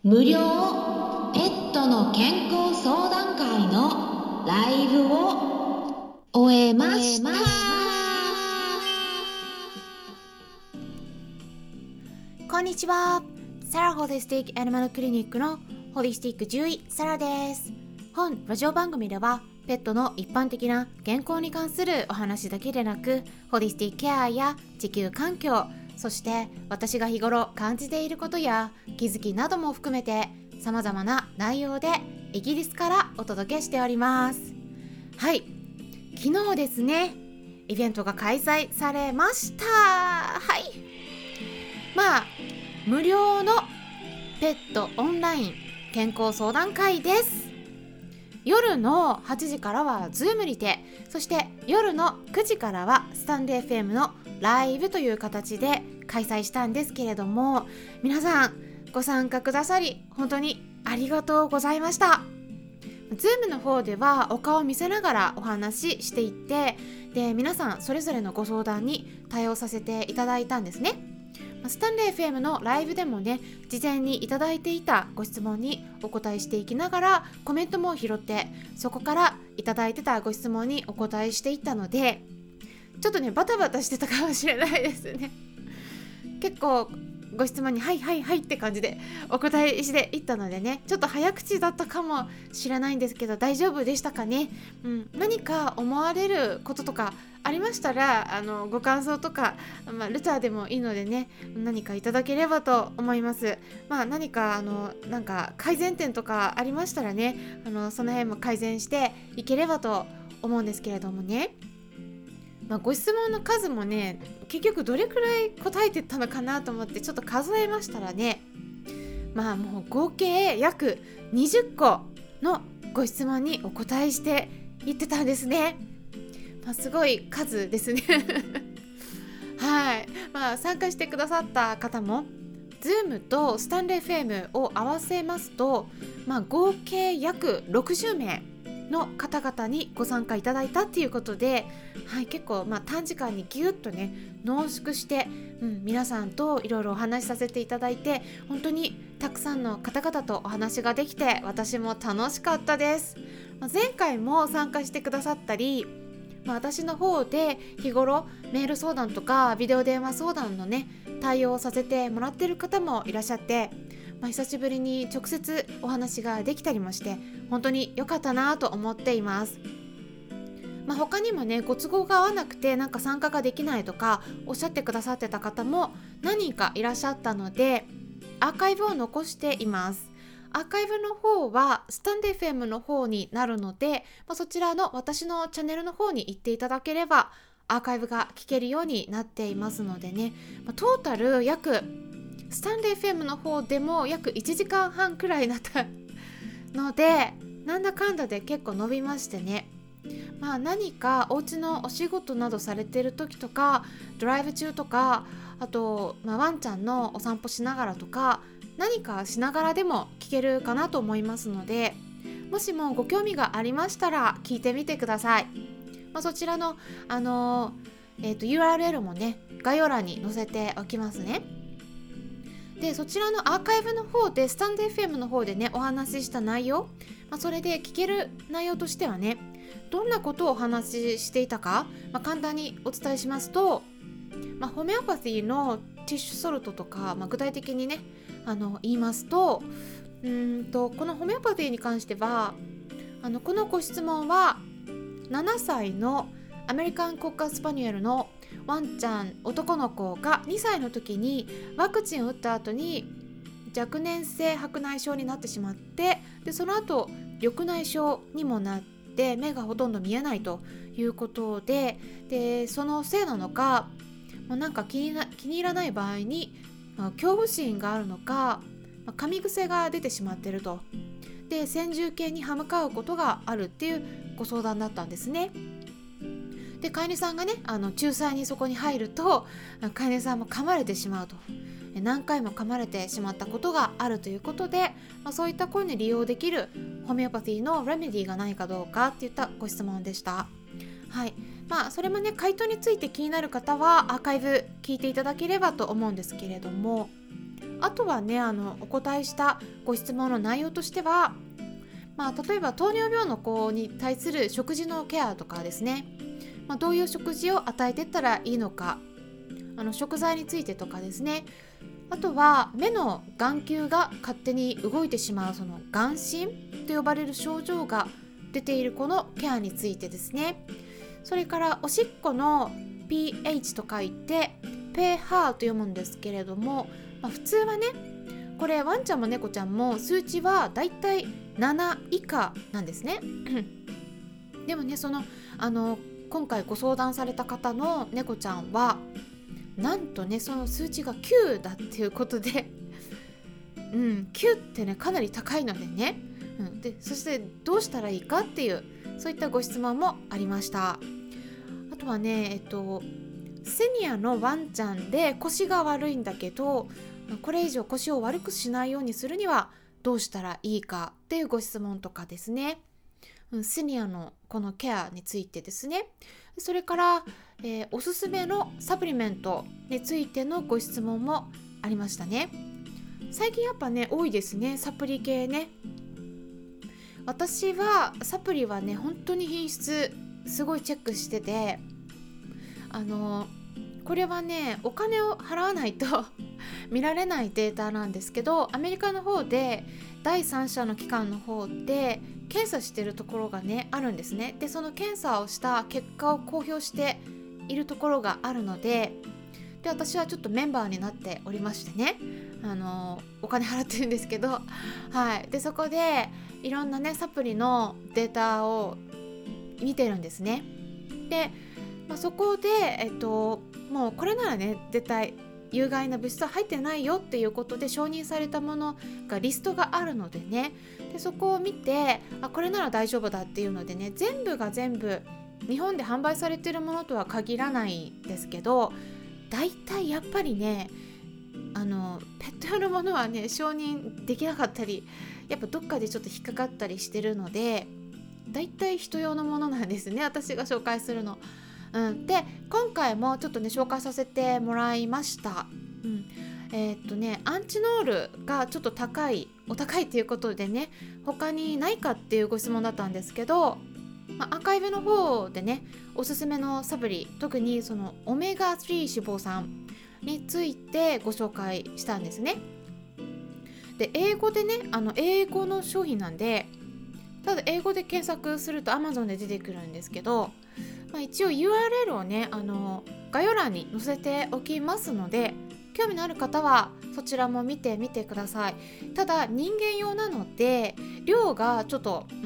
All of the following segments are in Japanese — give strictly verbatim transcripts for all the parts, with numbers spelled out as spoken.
無料ペットの健康相談会のライブを終えました。 こんにちは。サラホリスティックアニマルクリニックのホリスティック獣医サラです。本ラジオ番組ではペットの一般的な健康に関するお話だけでなく、ホリスティックケアや地球環境、そして私が日頃感じていることや気づきなども含めて様々な内容でイギリスからお届けしております。はい、昨日ですね、イベントが開催されました。はい、まあ無料のペットオンライン健康相談会です。夜のはちじからは Zoom にて、そして夜のくじからはスタンド エフエム のライブという形で開催したんですけれども、皆さんご参加くださり本当にありがとうございました。 Zoom の方ではお顔を見せながらお話ししていって、で皆さんそれぞれのご相談に対応させていただいたんですね。スタンレー エフエム のライブでもね、事前にいただいていたご質問にお答えしていきながらコメントも拾って、そこからいただいてたご質問にお答えしていったので、ちょっとねバタバタしてたかもしれないですね。結構ご質問にはいはいはいって感じでお答えしていったのでね、ちょっと早口だったかもしれないんですけど、大丈夫でしたかね。うん、何か思われることとかありましたら、あのご感想とか、まあ、レターでもいいのでね、何かいただければと思います。まあ何かあのなんか改善点とかありましたらね、あのその辺も改善していければと思うんですけれどもね。まあ、ご質問の数もね、結局どれくらい答えてったのかなと思ってちょっと数えましたらね、まあもう合計約にじゅっこのご質問にお答えしていってたんですね。まあ、すごい数ですねはい、まあ、参加してくださった方も Zoom とスタンレー エフエム を合わせますと、まあ、合計約ろくじゅうめいの方々にご参加いただいたっていうことで、はい、結構まあ短時間にギュッとね濃縮して、うん、皆さんといろいろお話しさせていただいて、本当にたくさんの方々とお話ができて私も楽しかったです。まあ、前回も参加してくださったり、まあ、私の方で日頃メール相談とかビデオ電話相談のね対応させてもらってる方もいらっしゃって、まあ、久しぶりに直接お話ができたりもして本当に良かったなと思っています。まあ、他にもねご都合が合わなくてなんか参加ができないとかおっしゃってくださってた方も何人かいらっしゃったので、アーカイブを残しています。アーカイブの方はスタンド エフエム の方になるので、まあ、そちらの私のチャンネルの方に行っていただければアーカイブが聞けるようになっていますのでね、まあ、トータル約スタンド エフエム の方でも約いちじかんはんくらいになったので、なんだかんだで結構伸びましてね。まあ何かお家のお仕事などされてる時とか、ドライブ中とか、あと、まあ、ワンちゃんのお散歩しながらとか、何かしながらでも聞けるかなと思いますので、もしもご興味がありましたら聞いてみてください。まあ、そちらの、あのーえーと、ユーアールエル もね概要欄に載せておきますね。でそちらのアーカイブの方でスタンド エフエム の方でねお話しした内容、まあ、それで聞ける内容としてはね、どんなことをお話ししていたか、まあ、簡単にお伝えしますと、まあ、ホメオパティのティッシュソルトとか、まあ、具体的にねあの言いますと、うーんとこのホメオパティに関しては、あのこのご質問はななさいのアメリカンコッカースパニエルのワンちゃん男の子がにさいの時にワクチンを打った後に若年性白内障になってしまって、でその後緑内障にもなって目がほとんど見えないということで、でそのせいなのか、もうなんか気にな、気に入らない場合に、まあ、恐怖心があるのか、まあ、噛み癖が出てしまっていると、で先住犬に歯向かうことがあるっていうご相談だったんですね。で飼い主さんがねあの仲裁にそこに入ると、飼い主さんも噛まれてしまうと、何回も噛まれてしまったことがあるということで、まあ、そういった声に利用できるホメオパティのレメディがないかどうかっていったご質問でした。はい、まあそれもね回答について気になる方はアーカイブ聞いていただければと思うんですけれども、 あとはねあのお答えしたご質問の内容としては、まあ、例えば糖尿病の子に対する食事のケアとかですね、まあ、どういう食事を与えていったらいいのか、あの食材についてとかですね、あとは目の眼球が勝手に動いてしまうその眼振と呼ばれる症状が出ている子のケアについてですね、それからおしっこの pH と書いて pH と読むんですけれども、まあ、普通はねこれワンちゃんも猫ちゃんも数値はだいたいなな以下なんですねでもねそのあの今回ご相談された方の猫ちゃんはなんとねその数値がきゅうだっていうことでうん、きゅうってねかなり高いのでね、うん、でそしてどうしたらいいかっていうそういったご質問もありました。あとはねえっとセニアのワンちゃんで腰が悪いんだけどこれ以上腰を悪くしないようにするにはどうしたらいいかっていうご質問とかですね、うん、セニアのこのケアについてですね、それから、えー、おすすめのサプリメントについてのご質問もありましたね。最近やっぱね多いですね、サプリ系ね。私はサプリはね本当に品質すごいチェックしてて、あのこれはねお金を払わないと見られないデータなんですけど、アメリカの方で第三者の機関の方で検査してるところがねあるんですね。でその検査をした結果を公表しているところがあるので、で私はちょっとメンバーになっておりましてね、あのお金払ってるんですけど、はい、でそこでいろんなねサプリのデータを見てるんですね。で、まあ、そこで、えっと、もうこれならね絶対有害な物質は入ってないよっていうことで承認されたものがリストがあるのでね、でそこを見てあこれなら大丈夫だっていうのでね、全部が全部日本で販売されているものとは限らないんですけど、だいたいやっぱりねあのペット用のものはね承認できなかったり、やっぱどっかでちょっと引っかかったりしてるので、だいたい人用のものなんですね、私が紹介するの。うん、で今回もちょっとね紹介させてもらいました。うん、えー、っとねアンチノールがちょっと高いお高いっていうことでね、他にないかっていうご質問だったんですけど、まあ、アーカイブの方でねおすすめのサプリ、特にそのオメガスリー脂肪酸についてご紹介したんですね。で英語でねあの英語の商品なんで、ただ英語で検索すると Amazon で出てくるんですけど、まあ、一応 ユーアールエル をねあの概要欄に載せておきますので、興味のある方はそちらも見てみてください。ただ人間用なので量がちょっと、うん、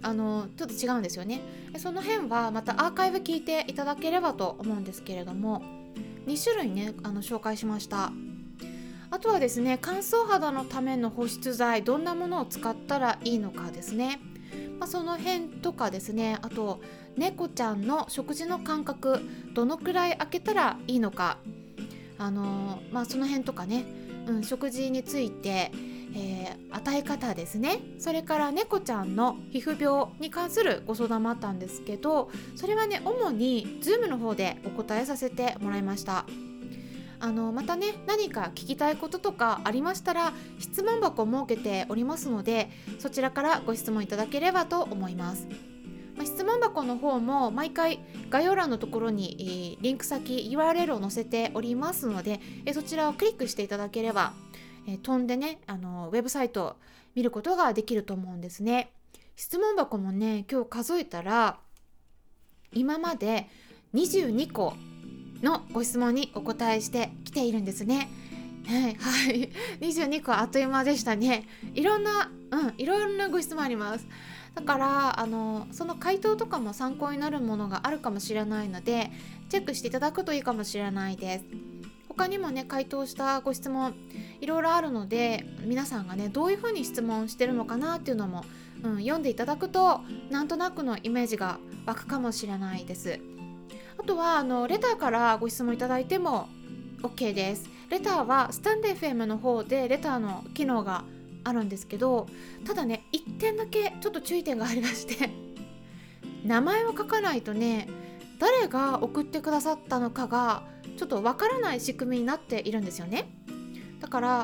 あのちょっと違うんですよね。その辺はまたアーカイブ聞いていただければと思うんですけれども、に種類ねあの紹介しました。あとはですね、乾燥肌のための保湿剤、どんなものを使ったらいいのかですね、まあ、その辺とかですね、あと猫ちゃんの食事の間隔どのくらい空けたらいいのか、あのーまあ、その辺とかね、うん、食事について、えー、与え方ですね、それから猫ちゃんの皮膚病に関するご相談もあったんですけど、それはね主に Zoom の方でお答えさせてもらいました。あのまたね何か聞きたいこととかありましたら質問箱を設けておりますので、そちらからご質問いただければと思います。まあ、質問箱の方も毎回概要欄のところに、えー、リンク先 ユーアールエル を載せておりますので、えー、そちらをクリックしていただければ、えー、飛んでねあのウェブサイトを見ることができると思うんですね。質問箱もね今日数えたら今までにじゅうにこのご質問にお答えしてきているんですね。はい、はい、にじゅうにこあっという間でしたね。いろんな、うん、いろんなご質問あります。だからあのその回答とかも参考になるものがあるかもしれないので、チェックしていただくといいかもしれないです。他にもね回答したご質問いろいろあるので、皆さんがねどういうふうに質問してるのかなっていうのも、うん、読んでいただくとなんとなくのイメージが湧くかもしれないです。あとはあのレターからご質問いただいても OK です。レターはスタンド エフエム の方でレターの機能があるんですけど、ただねいってんだけちょっと注意点がありまして名前を書かないとね誰が送ってくださったのかがちょっとわからない仕組みになっているんですよね。だから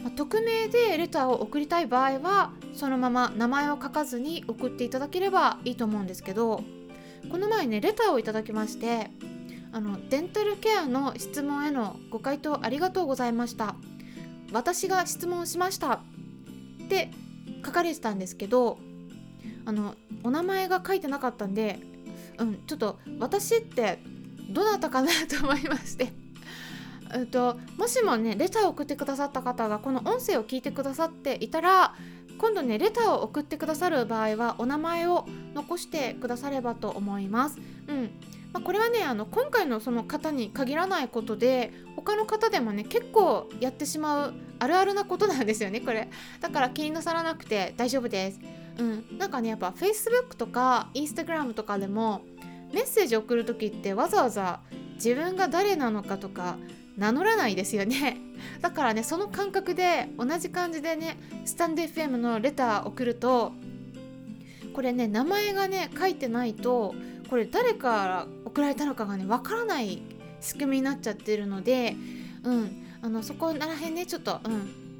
まあ、匿名でレターを送りたい場合はそのまま名前を書かずに送っていただければいいと思うんですけど、この前ねレターをいただきまして、あのデンタルケアの質問へのご回答ありがとうございました。私が質問しましたって書かれてたんですけど、あのお名前が書いてなかったんで、うん、ちょっと私ってどなたかなと思いましてえっと、もしもねレターを送ってくださった方がこの音声を聞いてくださっていたら、今度ねレターを送ってくださる場合はお名前を残してくださればと思います。うんまあ、これはねあの今回のその方に限らないことで、他の方でもね結構やってしまうあるあるなことなんですよねこれ。だから気になさらなくて大丈夫です。うん、なんかねやっぱ Facebook とか Instagram とかでもメッセージ送るときってわざわざ自分が誰なのかとか名乗らないですよね。だからねその感覚で同じ感じでねスタンド エフエム のレター送ると、これね名前がね書いてないとこれ誰から送られたのかがねわからない仕組みになっちゃってるので、うんあのそこら辺ねちょっと、うん、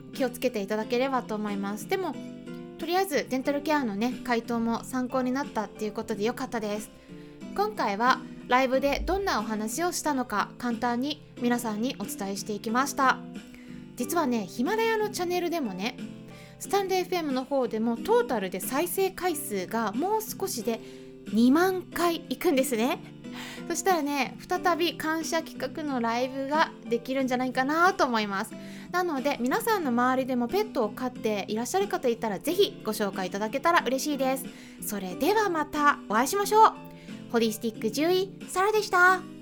気をつけていただければと思います。でもとりあえずデンタルケアのね回答も参考になったっていうことでよかったです。今回はライブでどんなお話をしたのか簡単に皆さんにお伝えしていきました。実はねヒマラヤのチャンネルでもねスタンド エフエム の方でもトータルで再生回数がもう少しでにまんかいいくんですね。そしたらね再び感謝企画のライブができるんじゃないかなと思います。なので皆さんの周りでもペットを飼っていらっしゃる方いたらぜひご紹介いただけたら嬉しいです。それではまたお会いしましょう。ホリスティック獣医サラでした。